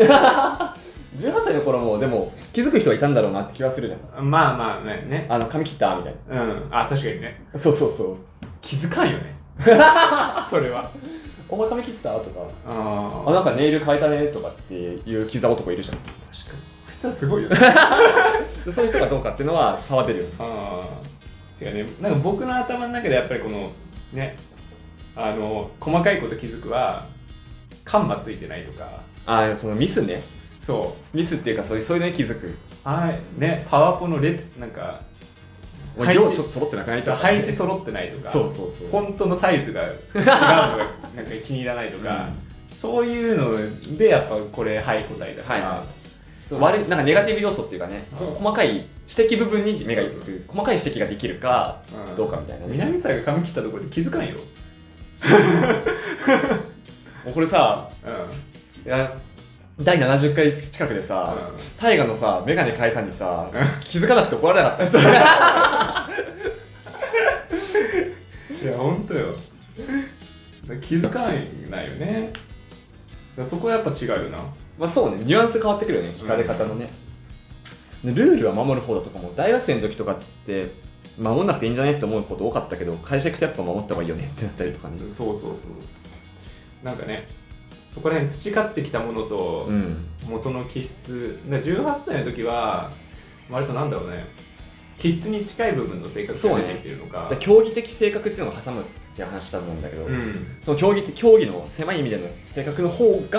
18歳の頃もでも気づく人はいたんだろうなって気はするじゃん。 まあね。 髪切ったみたいな。確かにね。 そう。 気づかんよね。それは。 お前髪切ったとか、なんかネイル変えたねとかっていうキザ男いるじゃん。確かに。あいつはすごいよね。 そういう人がどうかっていうのは差は出るよね。 違うね。なんか僕の頭の中でやっぱりこのね、細かいこと気づくはカンマついてないとか。 そのミスね。 そう。 ミスっていうかそういうのに気づく。 ね、パワポの列なんか。 量ちょっと揃ってなくないとか、 配置揃ってないとか、 そう。 フォントのサイズが違うのがなんか気に入らないとか、そういうのでやっぱこれ答えだから。 なんかネガティブ要素っていうかね、細かい指摘部分に目がいく、細かい指摘ができるかどうかみたいなね。 南さんが髪切ったところで気づかんよ。 もうこれさ、第70回近くでさ、大河のさ、メガネ変えたにさ、気づかなくて怒られなかった。 いや、ほんとよ。気づかないよね。そこはやっぱ違うよな。 まあそうね、ニュアンス変わってくるよね、聞かれ方のね。ルールは守る方だとかも、大学生の時とかって守んなくていいんじゃねって思うこと多かったけど、会社行くとやっぱ守った方がいいよねってなったりとかね。 そう。なんかね、そこら辺培ってきたものと元の気質、18歳の時は割となんだろうね、気質に近い部分の性格が出てきてるのか。 競技的性格っていうのを挟むって話したと思うんだけど、その競技の狭い意味での性格の方が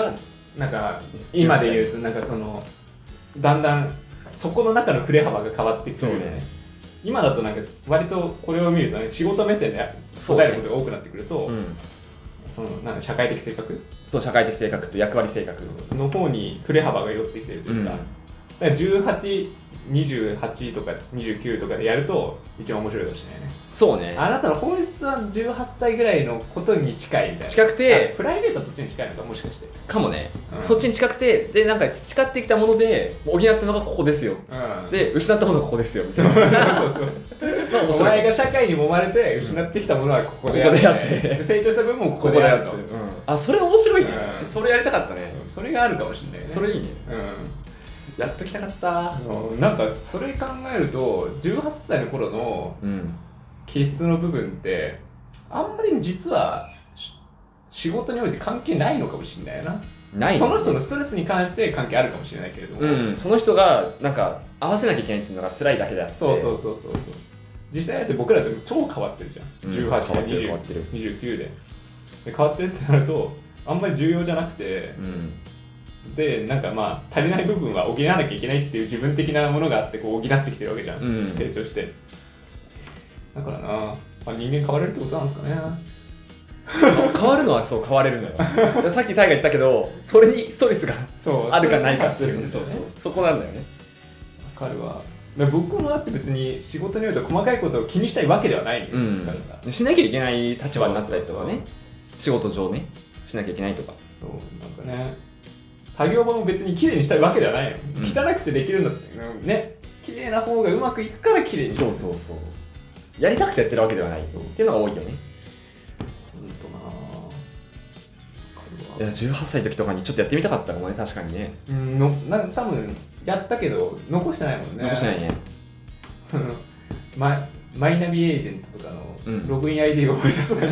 なんか今で言うとなんかそのだんだんそこの中の振れ幅が変わってくるよね。今だとなんか割とこれを見ると、ね、仕事目線で答えることが多くなってくると、そのなんか社会的性格、 そう社会的性格と役割性格の方に振れ幅が寄ってきてるというか、だから18、28とか29とかでやると一番面白いかもしれないね。 そうね。 あなたの本質は18歳ぐらいのことに近いみたいな。 近くてプライベートはそっちに近いのかもしかして。かもね、そっちに近くて、でなんか培ってきたもので補ったのがここですよ、で失ったものがここですよみたいな。そうそうお前が社会に揉まれて失ってきたものはここでやって、成長した分もここでやると。 あ、それ面白いね。それやりたかったね。 それがあるかもしれないね。 それいいね。やっときたかった。 なんかそれ考えると18歳の頃の気質の部分ってあんまり実は仕事において関係ないのかもしれないな。ない、ね、その人のストレスに関して関係あるかもしれないけれども、 その人がなんか合わせなきゃいけないっていうのが辛いだけであって。 そう実際だって僕らって超変わってるじゃん、18歳変わってる 29で変わってるってなるとあんまり重要じゃなくて、でなんかまあ足りない部分は補わなきゃいけないっていう自分的なものがあってこう補ってきてるわけじゃん、成長して。だからな、まあ、人間変われるってことなんですかね。 変わるのはそう変われるのよ。さっきタイが言ったけど、それにストレスがあるかないかっていう、そこなんだよね。 わかるわ。僕もだって別に仕事において細かいことを気にしたいわけではないからさ、 しなきゃいけない立場になったりとかね、仕事上ねしなきゃいけないとか。 そうなんかね、作業場も別に綺麗にしたいわけではないの、汚くてできるんだってね、綺麗な方がうまくいくから綺麗に。 そうやりたくてやってるわけではないっていうのが多いよね。いや18歳の時とかにちょっとやってみたかったかもね、確かにね。 多分やったけど残してないもんね。 残してないね。 マイナビエージェントとかのログイン ID が思い出せない。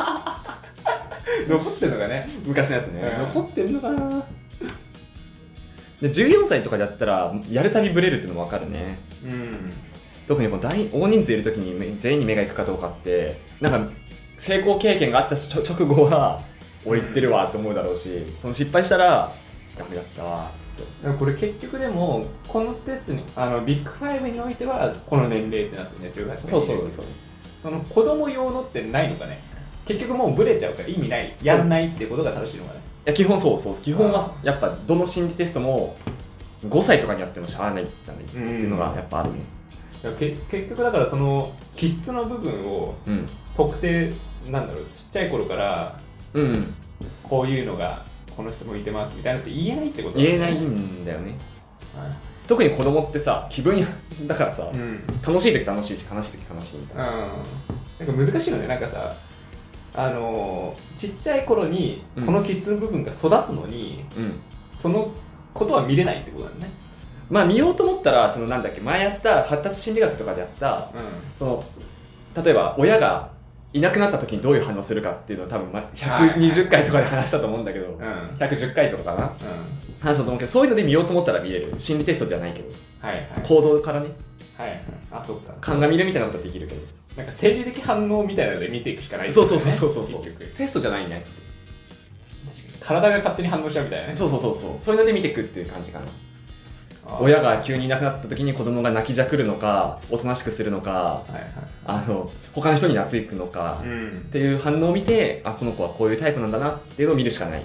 残ってんのかね、 昔のやつね。残ってんのかな。で14歳とかでやったらやるたびブレるっていうのも分かるね。特にこの大人数いる時に全員に目がいくかどうかって、なんか成功経験があった直後は俺言ってるわと思うだろうし、その失敗したらダメだったわっつって。 これ結局でもこのテストにビッグ5においてはこの年齢ってなってね、18歳。そうその子供用のってないのかね。結局もうブレちゃうから意味ない、やんないっていうことが正しいのかね。 いや基本基本はやっぱどの心理テストも5歳とかにやってもしゃあないじゃないっていうのがやっぱあるね。 結局だからその気質の部分を特定、なんだろう、ちっちゃい頃からこういうのがこの人向いてますみたいなって言えないってことだね。 言えないんだよね。特に子供ってさ、気分だからさ、楽しい時楽しいし悲しい時悲しいみたいな。 なんか難しいよね。なんかさ、ちっちゃい頃にこの気質の部分が育つのに、そのことは見れないってことだよね。 まあ見ようと思ったら、そのなんだっけ、前やった発達心理学とかでやった、その例えば親がいなくなった時にどういう反応するかっていうのを多分120回とかで話したと思うんだけど、110回とかかな、話したと思うけど、そういうので見ようと思ったら見れる。心理テストじゃないけど、行動からね、 そうか、 鑑みるみたいなことはできるけど、 なんか生理的反応みたいなので見ていくしかない、 そうテストじゃないね。 体が勝手に反応しちゃうみたいなね。 そういうので見ていくっていう感じかな。親が急にいなくなった時に子供が泣きじゃくるのか、おとなしくするのか、他の人に懐くのかっていう反応を見て、この子はこういうタイプなんだなっていうのを見るしかない。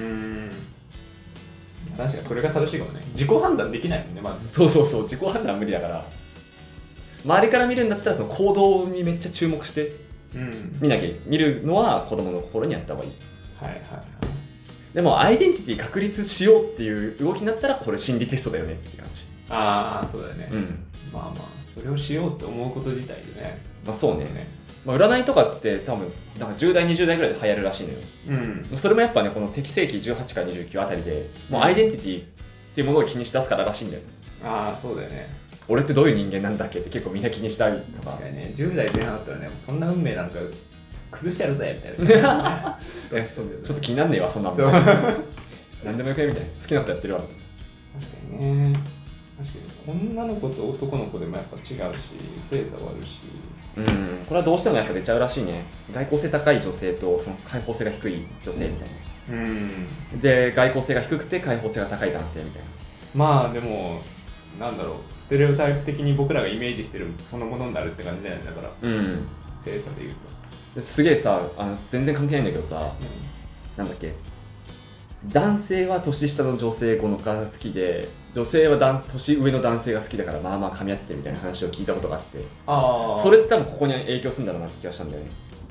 確かにそれが正しいかもね。自己判断できないもんね、まず。 そう自己判断は無理だから、周りから見るんだったらその行動にめっちゃ注目して見るのは子供の心にあった方がいい。でもアイデンティティ確立しようっていう動きになったら、これ心理テストだよねって感じ。 そうだよね。まあそれをしようって思うこと自体でね。 そうね。占いとかって多分なんか10代20代ぐらいで流行るらしいのよ。それもやっぱね、この適正期18から29あたりでもうアイデンティティっていうものを気にしだすかららしいんだよ。 そうだよね。 俺ってどういう人間なんだっけって結構みんな気にしたりとか。 確かにね、10代前半だったらね、そんな運命なんか崩してやるぜみたいな。 ちょっと気になんねえわ、そんなもん。何でもよくねみたいな。好きなことやってるわ。 確かにね。女の子と男の子でもやっぱ違うし、性差はあるし。 これはどうしてもやっぱ出ちゃうらしいね。外交性高い女性とその開放性が低い女性みたいな。 で外交性が低くて開放性が高い男性みたいな。 まあでもなんだろう、ステレオタイプ的に僕らがイメージしてるそのものになるって感じだよね。だから、性差で言うとすげえさ、全然関係ないんだけどさ、なんだっけ、男性は年下の女性が好きで、女性は年上の男性が好きだからまあまあ噛み合ってみたいな話を聞いたことがあって、それって多分ここに影響するんだろうなって気がしたんだよね。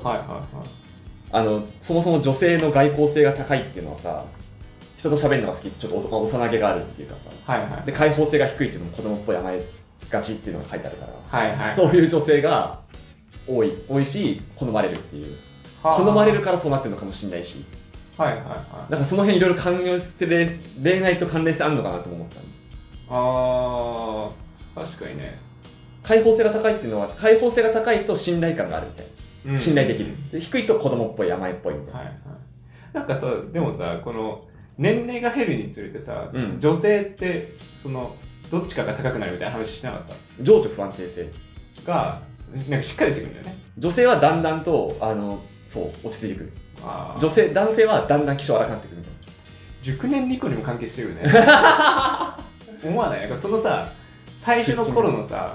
そもそも女性の外交性が高いっていうのはさ、人と喋るのが好きってちょっと幼げがあるっていうかさ、で開放性が低いっていうのも子供っぽい甘えがちっていうのが書いてあるから、そういう女性が多いし好まれるっていう、好まれるからそうなってるのかもしれないし、だからその辺いろいろ関連して恋愛と関連性あるのかなとも思った。 確かにね。 開放性が高いっていうのは、開放性が高いと信頼感があるみたいな、信頼できる。で低いと子供っぽい甘えっぽいみたいな。 なんかさ、でもさ、この年齢が減るにつれてさ、女性ってそのどっちかが高くなるみたいな話しなかった？ 情緒不安定性がなんかしっかりしてくるんだよね。 女性はだんだんとそう落ち着いてくる。男性はだんだん気性荒くなってくるみたいな。 熟年離婚にも関係してるよね。思わない？なんかそのさ、最初の頃のさ、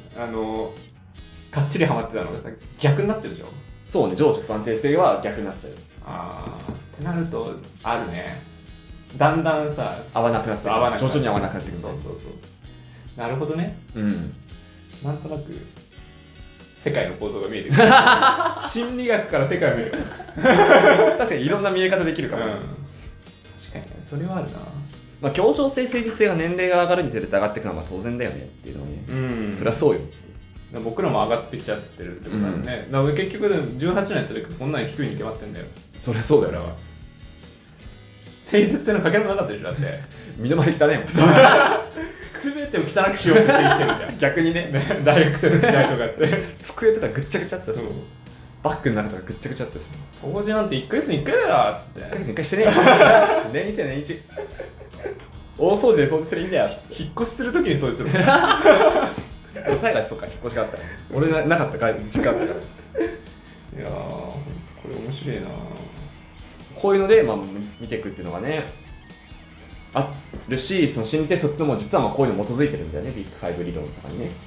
かっちりハマってたのがさ、逆になってるでしょ。 そうね、情緒不安定性は逆になっちゃう。 ってなるとあるね。だんだんさ、 合わなくなってくる。徐々に合わなくなってくる。 そう。なるほどね。なんとなく世界の構造が見えてくる。心理学から世界を見る。 確かにいろんな見え方できるかも。 確かにね、それはあるな。 まあ協調性、誠実性が年齢が上がるにつれて上がっていくのはまあ当然だよねっていうのね。そりゃそうよ。 僕らも上がってきちゃってるってことだよね。だから結局18年やった時こんなに低いに決まってんだよ。 そりゃそうだよ。 誠実性のかけらもなかったでしょ。だって身の回り汚ねえもん。 全てを汚くしようとして生きてるじゃん。 逆にね。 大学生の時代とかって机とかぐっちゃぐちゃってたし、バッグの中とかぐっちゃぐちゃってたし、 掃除なんて1ヶ月に1回だよっつって。 1ヶ月に1回してねえよ。年一や年一。大掃除で掃除すればいいんだよっつって。 引っ越しする時に掃除する。 大概そうか、引っ越しがあったね。俺なかったか、時間あったから。いやー、これ面白いな。 こういうので、まあ、見ていくっていうのがね、あるし、その心理テストってのも実はまあこういうの基づいてるんだよね、ビッグ5理論とかにね。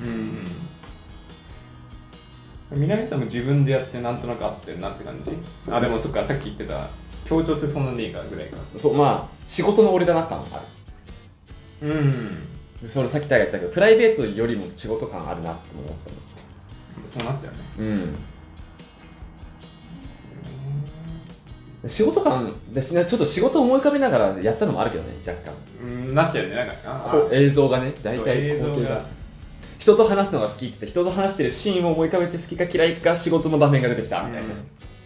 南さんも自分でやってなんとなく合ってるなって感じ。でもそっか、さっき言ってた協調性そんなねえかぐらいか。 そう、まあ仕事の俺だな感ある。それさっき大が言ってたけど、プライベートよりも仕事感あるなって思ったの。 そうなっちゃうね。 仕事感ですね。ちょっと仕事を思い浮かべながらやったのもあるけどね、若干。 なっちゃうよね、なんか。 映像がね、大体光景が。人と話すのが好きって言って、人と話してるシーンを思い浮かべて好きか嫌いか仕事の場面が出てきたみたいな。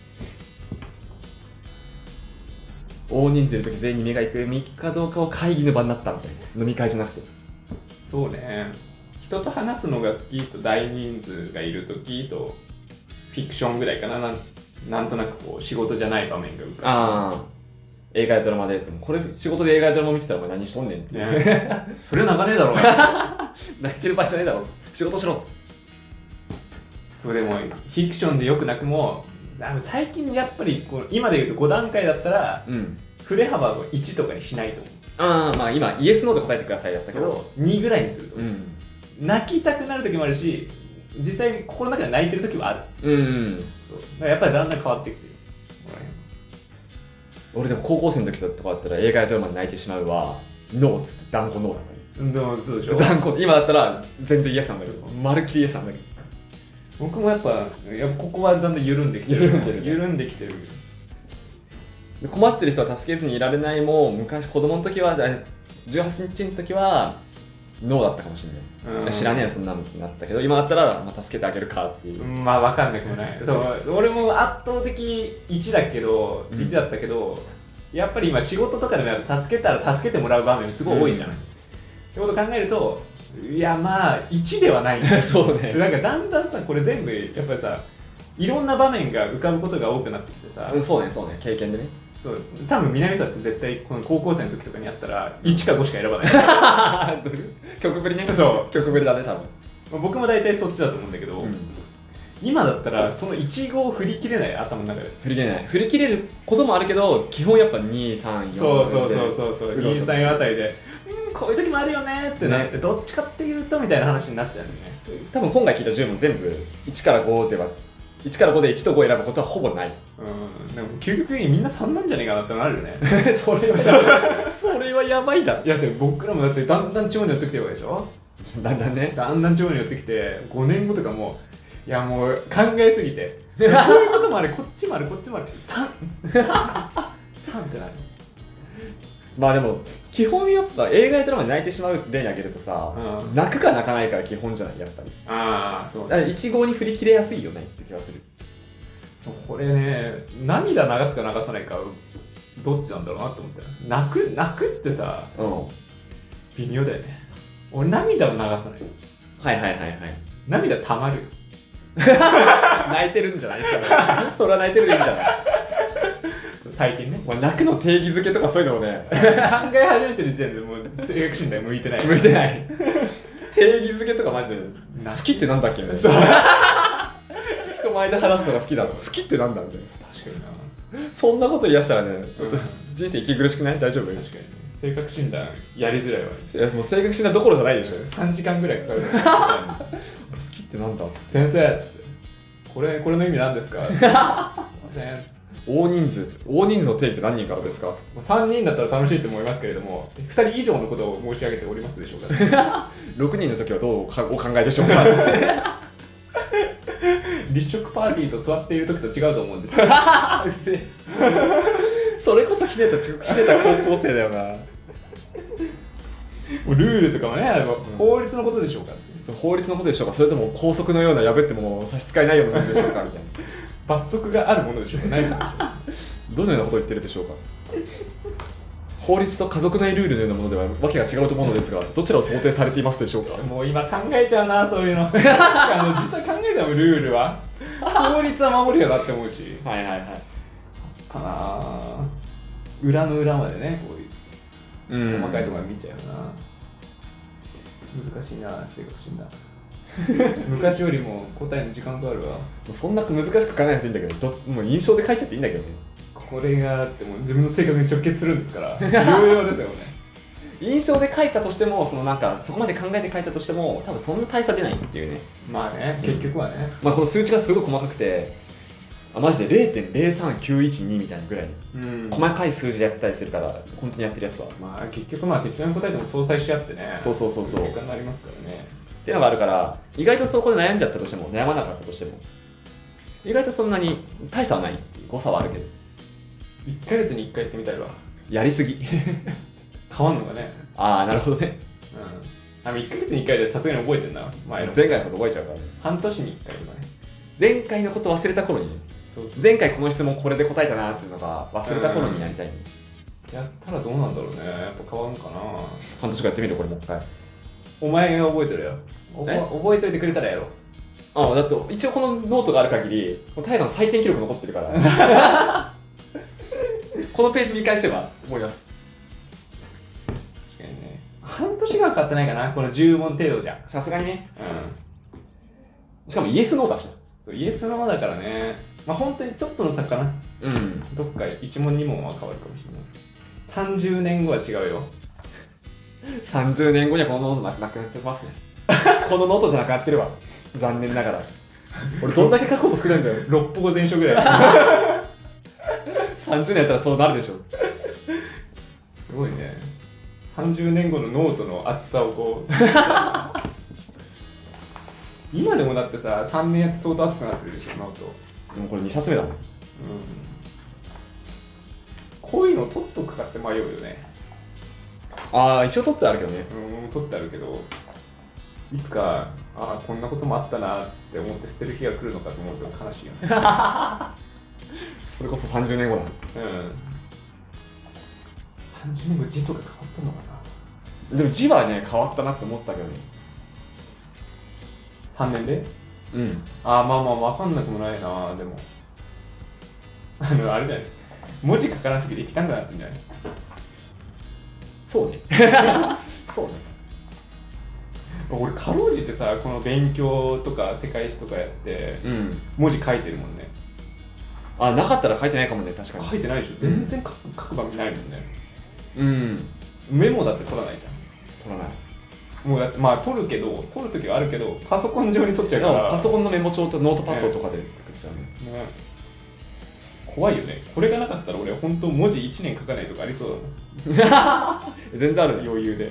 大人数いるとき全員に目が行くかどうかを会議の場になったみたいな。飲み会じゃなくて。 そうね。人と話すのが好きと大人数がいるときとフィクションぐらいかな。なんとなくこう仕事じゃない場面が浮かぶ。 映画やドラマでってもこれ仕事で映画やドラマ見てたらお前何しとんねんって、 それは泣かねえだろうな。 泣いてる場合じゃねえだろ、仕事しろ。 そうでもフィクションでよく泣くも最近やっぱりこう今で言うと5段階だったら、振れ幅を1とかにしないと思う。 まあ今イエスノーで答えてくださいだったけど 2ぐらいにすると、泣きたくなる時もあるし実際心の中で泣いてる時はある。そうだからやっぱりだんだん変わってきてる。 俺でも高校生の時とかだったら映画やドラマで泣いてしまうわノーっつって断固ノーだったね。 でもそうでしょ。 断固今だったら全然イエスなんだけど、まるっきりイエスなんだけど。 僕もやっぱここはだんだん緩んできてる。緩んできてる。 困ってる人は助けずにいられないも昔子供の時は18日の時はノーだったかもしれない。知らねえよそんなのってなったけど今だったら、助けてあげるかっていう。 まあ分かんなくもない。俺も圧倒的1だけど、1だったけどやっぱり今仕事とかでも助けたら助けてもらう場面すごい多いじゃない。ってことを考えるといやまあ1ではないんだよ。 そうね。 なんかだんだんさこれ全部やっぱりさいろんな場面が浮かぶことが多くなってきてさ。 そうね経験でね。 そう多分南さんって絶対この高校生の時とかにあったら1か5しか選ばない。 曲ぶりね。 そう曲ぶりだね多分。 僕も大体そっちだと思うんだけど、 今だったらその1号を振り切れない、頭の中で。 振り切れない。振り切れることもあるけど、基本やっぱ2、3、4 そう2、3、4あたりでこういう時もあるよねってなって、ね、どっちかっていうとみたいな話になっちゃうんだよね。 多分今回聞いた10問全部1から5では1から5で1と5選ぶことはほぼない。 でも究極にみんな3なんじゃねえかなってなるよね。 それはやばいだろ。 いやでも僕らもだってだんだん地方に寄ってきてるわけでしょ。 だんだんね。 だんだん地方に寄ってきて5年後とかもいやもう考えすぎてこういうこともある、こっちもある、こっちもある、3ってなる。 まあでも基本やっぱ映画やドラマに泣いてしまう例に挙げるとさ、泣くか泣かないかが基本じゃないやっぱり。 ああそう、 だから1号に振り切れやすいよねって気がする。 これね、涙流すか流さないかどっちなんだろうなって思ったよ。泣くってさ、微妙だよね。俺涙を流さない。 はい涙たまる。 泣いてるんじゃないですか。それは泣いてるでいいんじゃない。 最近ね。 泣くの定義づけとかそういうのをね考え始めてる時点でもう性格診断向いてない。 向いてない。定義づけとかマジで好きってなんだっけね。人前で話すのが好きだ。好きってなんだみたいな。 確かにな。 そんなこと言い出したらね、ちょっと人生息苦しくない？大丈夫？ 確かに。性格診断やりづらいわ。 もう性格診断どころじゃないでしょ。 3時間ぐらいかかる。好きってなんだっつって。 先生っつって。これの意味なんですか？ 大人数の定義って何人からですか ？3人だったら楽しいと思いますけれども、2人以上のことを申し上げておりますでしょうか、ね、 6人の時はどうお考えでしょうか立食パーティーと座っている時と違うと思うんですよ。 うせえ。それこそひねた高校生だよな。 ルールとかもね、法律のことでしょうか、 法律のことでしょうか、それとも校則のような破っても差し支えないようなものでしょうかみたいな。 罰則があるものでしょうか、ないものでしょうか。 どのようなことを言ってるでしょうか。法律と家族内ルールのようなものではわけが違うと思うのですが、どちらを想定されていますでしょうか。 もう今考えちゃうな、そういうの。実際考えてもルールは法律は守るよなって思うし。 かな裏の裏までね、こういう細かいところ見ちゃうな。難しいな、性格診断。昔よりも答えの時間があるわ。 そんな難しく書かなくていいんだけど、もう印象で書いちゃっていいんだけどね。 これがあっても自分の性格に直結するんですから重要ですよね。 印象で書いたとしても、そこまで考えて書いたとしても多分そんな大差出ないっていうね。 まあね、結局はね、 この数値がすごい細かくてマジで 0.03912 みたいなぐらい、細かい数字でやったりするから本当にやってるやつは結局適当に答えても相殺しちゃってね。 そう結果になりますからねっていうのがあるから、意外とそこで悩んじゃったとしても、悩まなかったとしても意外とそんなに大差はないっていう誤差はあるけど、 1ヶ月に1回やってみたいわ。 やりすぎ変わんのかね。 ああ、なるほどね。 1ヶ月に1回でさすがに覚えてんな。 前回のこと覚えちゃうからね。 半年に1回とかね。 前回のこと忘れた頃にね。前回この質問これで答えたなっていうのが忘れた頃にやりたい、 やったらどうなんだろうね。やっぱ変わるのかな。 半年後やってみるこれもう一回。 お前が覚えてるよ。覚えておいてくれたらやろう。 だって一応このノートがある限り大河の採点記録残ってるからこのページ見返せば思い出す。 確かにね。半年がかかってないかな、この10問程度じゃ。 さすがにね。しかもイエスノーだし。 イエスノーだからね。本当にちょっとの差かな。どっか1問2問は変わるかもしれない。30年後は違うよ。 30年後にはこのノートなくなってますね。このノートじゃなくなってるわ。残念ながら。俺どんだけ書くこと少ないんだよ。 6歩全書ぐらい。 30年やったらそうなるでしょ。 すごいね。30年後のノートの厚さをこう。今でもだってさ、3年やって相当厚くなってるでしょ、ノート。 もうこれ2冊目だもん。 こういうの取っとくかって迷うよね。 一応取ってあるけどね。 取ってあるけど、いつか、こんなこともあったなって思って捨てる日が来るのかと思うと悲しいよね。 それこそ30年後だ。 30年後字とか変わったのかな。でも字はね、変わったなって思ったけどね。 3年で？分かんなくもないな。でもあれじゃない、文字書かなすぎて汚くなってんじゃない？ そうね。そうね。 俺かろうじてさ、この勉強とか世界史とかやって文字書いてるもんね。 あ、なかったら書いてないかもね。確かに書いてないでしょ。全然書く場面ないもんね。 うん。 メモだって取らないじゃん。 取らない。 もうだってまあ取るときはあるけど、パソコン上に取っちゃうから。 パソコンのメモ帳とノートパッドとかで作っちゃうね。 怖いよね。これがなかったら俺本当文字1年書かないとかありそうだもん。 全然ある。 余裕で。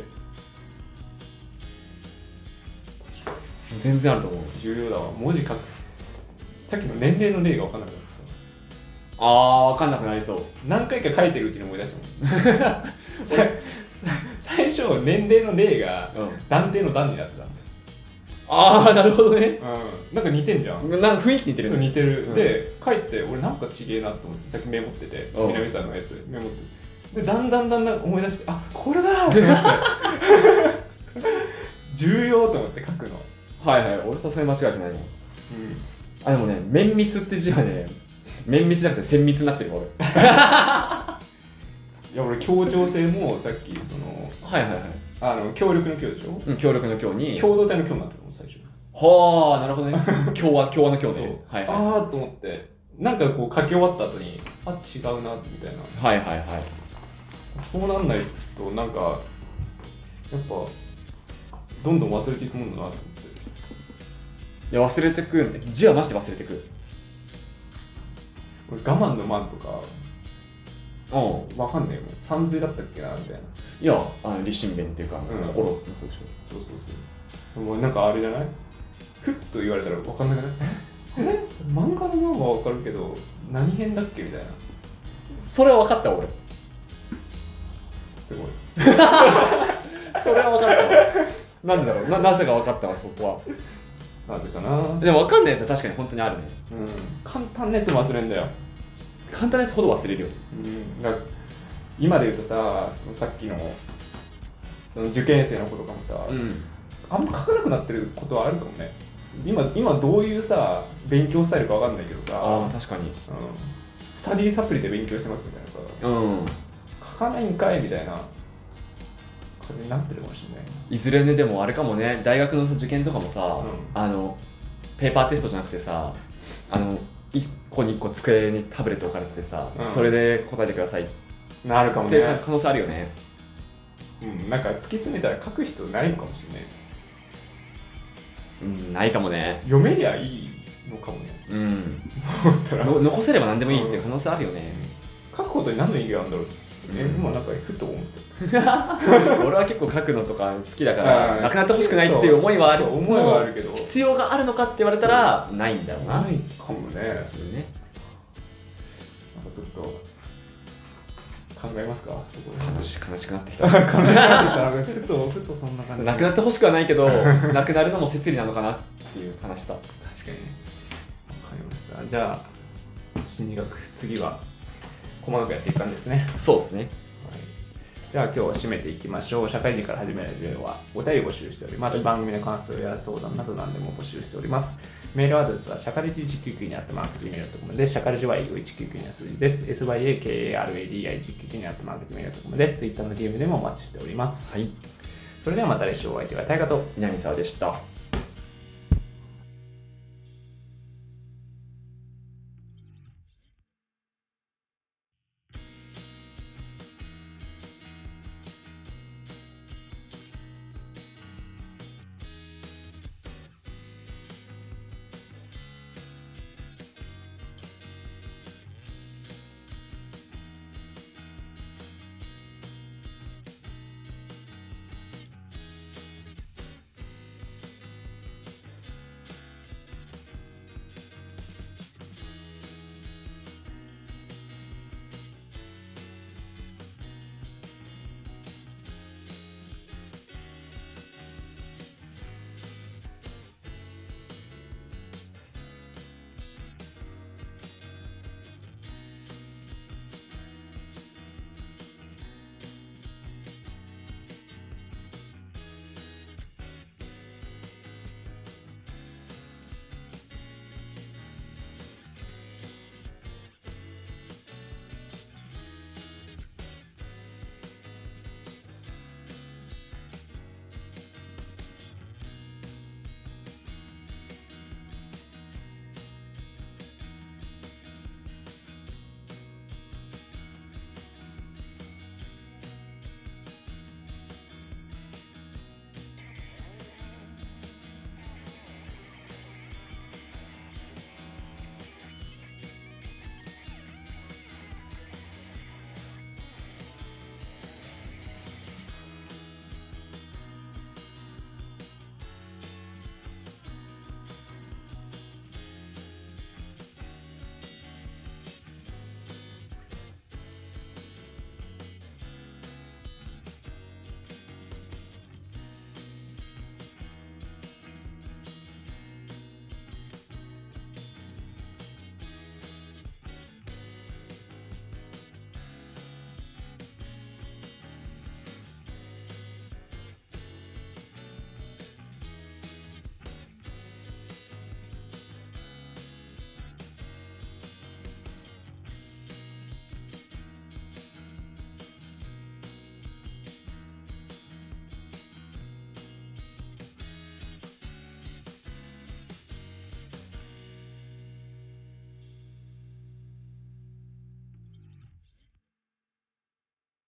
全然あると思う。 重要だわ。文字書く。さっきの年齢の例が分かんなくなってさ。分かんなくなりそう。 何回か書いてるうちに思い出したもん。最初年齢の例が断定の断になってた。 なるほどね。 なんか似てんじゃん。 なんか雰囲気似てるね。 似てる。で、書いてて、俺なんかちげえなと思って、さっきメモってて、南さんのやつメモってて。で、だんだん思い出して、あ、これだって思って。重要と思って書くの。 はいはい、俺さすがに間違えてないもん。でもね、綿密って字はね、綿密じゃなくて綿密になってる俺。 いや、俺協調性もさっきその協力の協でしょ。 協力の協に共同体の協になってるもん最初。 はあ、なるほどね。共和の協で。 ああと思って、なんかこう書き終わった後に、あ、違うなみたいな。 はいはいはい。 そうなんないとなんかやっぱどんどん忘れていくもんだなと思って。 いや、忘れてくん。字はマジで忘れてく。 俺我慢の慢とかわかんないよ。三髄だったっけなみたいな。 いや、立身弁っていうか、心の方でしょ。 そう。もうなんかあれじゃない？ふっと言われたらわかんなくない？漫画の漫はわかるけど、何編だっけみたいな。 それは分かった俺。 すごい。 それは分かったわ。なんでだろう。なぜか分かったわ、そこは。 なぜかな。 でも分かんないやつは確かに本当にあるね。 簡単なやつも忘れんだよ。 簡単なやつほど忘れるよ。 だから今で言うとさっきのその受験生の子とかもさ、あんま書かなくなってることはあるかもね。今どういうさ勉強スタイルかわかんないけどさ、 確かに、 スタディサプリで勉強してますみたいなさ、書かないんかいみたいな感じになってるかもしれない。 いずれね。でもあれかもね、大学の受験とかもさ、ペーパーテストじゃなくてさ、1個に1個机にタブレット置かれててさ、それで答えてくださいなるかもね。 っていう可能性あるよね。 なんか突き詰めたら書く必要ないのかもしれない。 ないかもね。 読めりゃいいのかもね。 残せれば何でもいいっていう可能性あるよね。 書くことに何の意義があるんだろうって、今なんかふと思って。 俺は結構書くのとか好きだからなくなってほしくないっていう思いはある。 思いはあるけど、 必要があるのかって言われたらないんだろうな。 ないかもね。なんかちょっと考えますか。そこで悲しくなってきた。 ふとそんな感じ。 なくなってほしくはないけど、なくなるのも摂理なのかなっていう悲しさ。 確かにね。わかりました。じゃあ心理学、次は細かくやっていく感じですね。 そうですね。 じゃあ今日は締めていきましょう。社会人から始める授業はお便り募集しております。番組の感想や相談など何でも募集しております。メールアドレスはシャカレジ199に@gmail.com です。シャカレジは199には数字です。SYAKARADI199に@gmail.com です。Twitter の DM でもお待ちしております。 はい。 それではまた来週お相手は大河と南沢でした。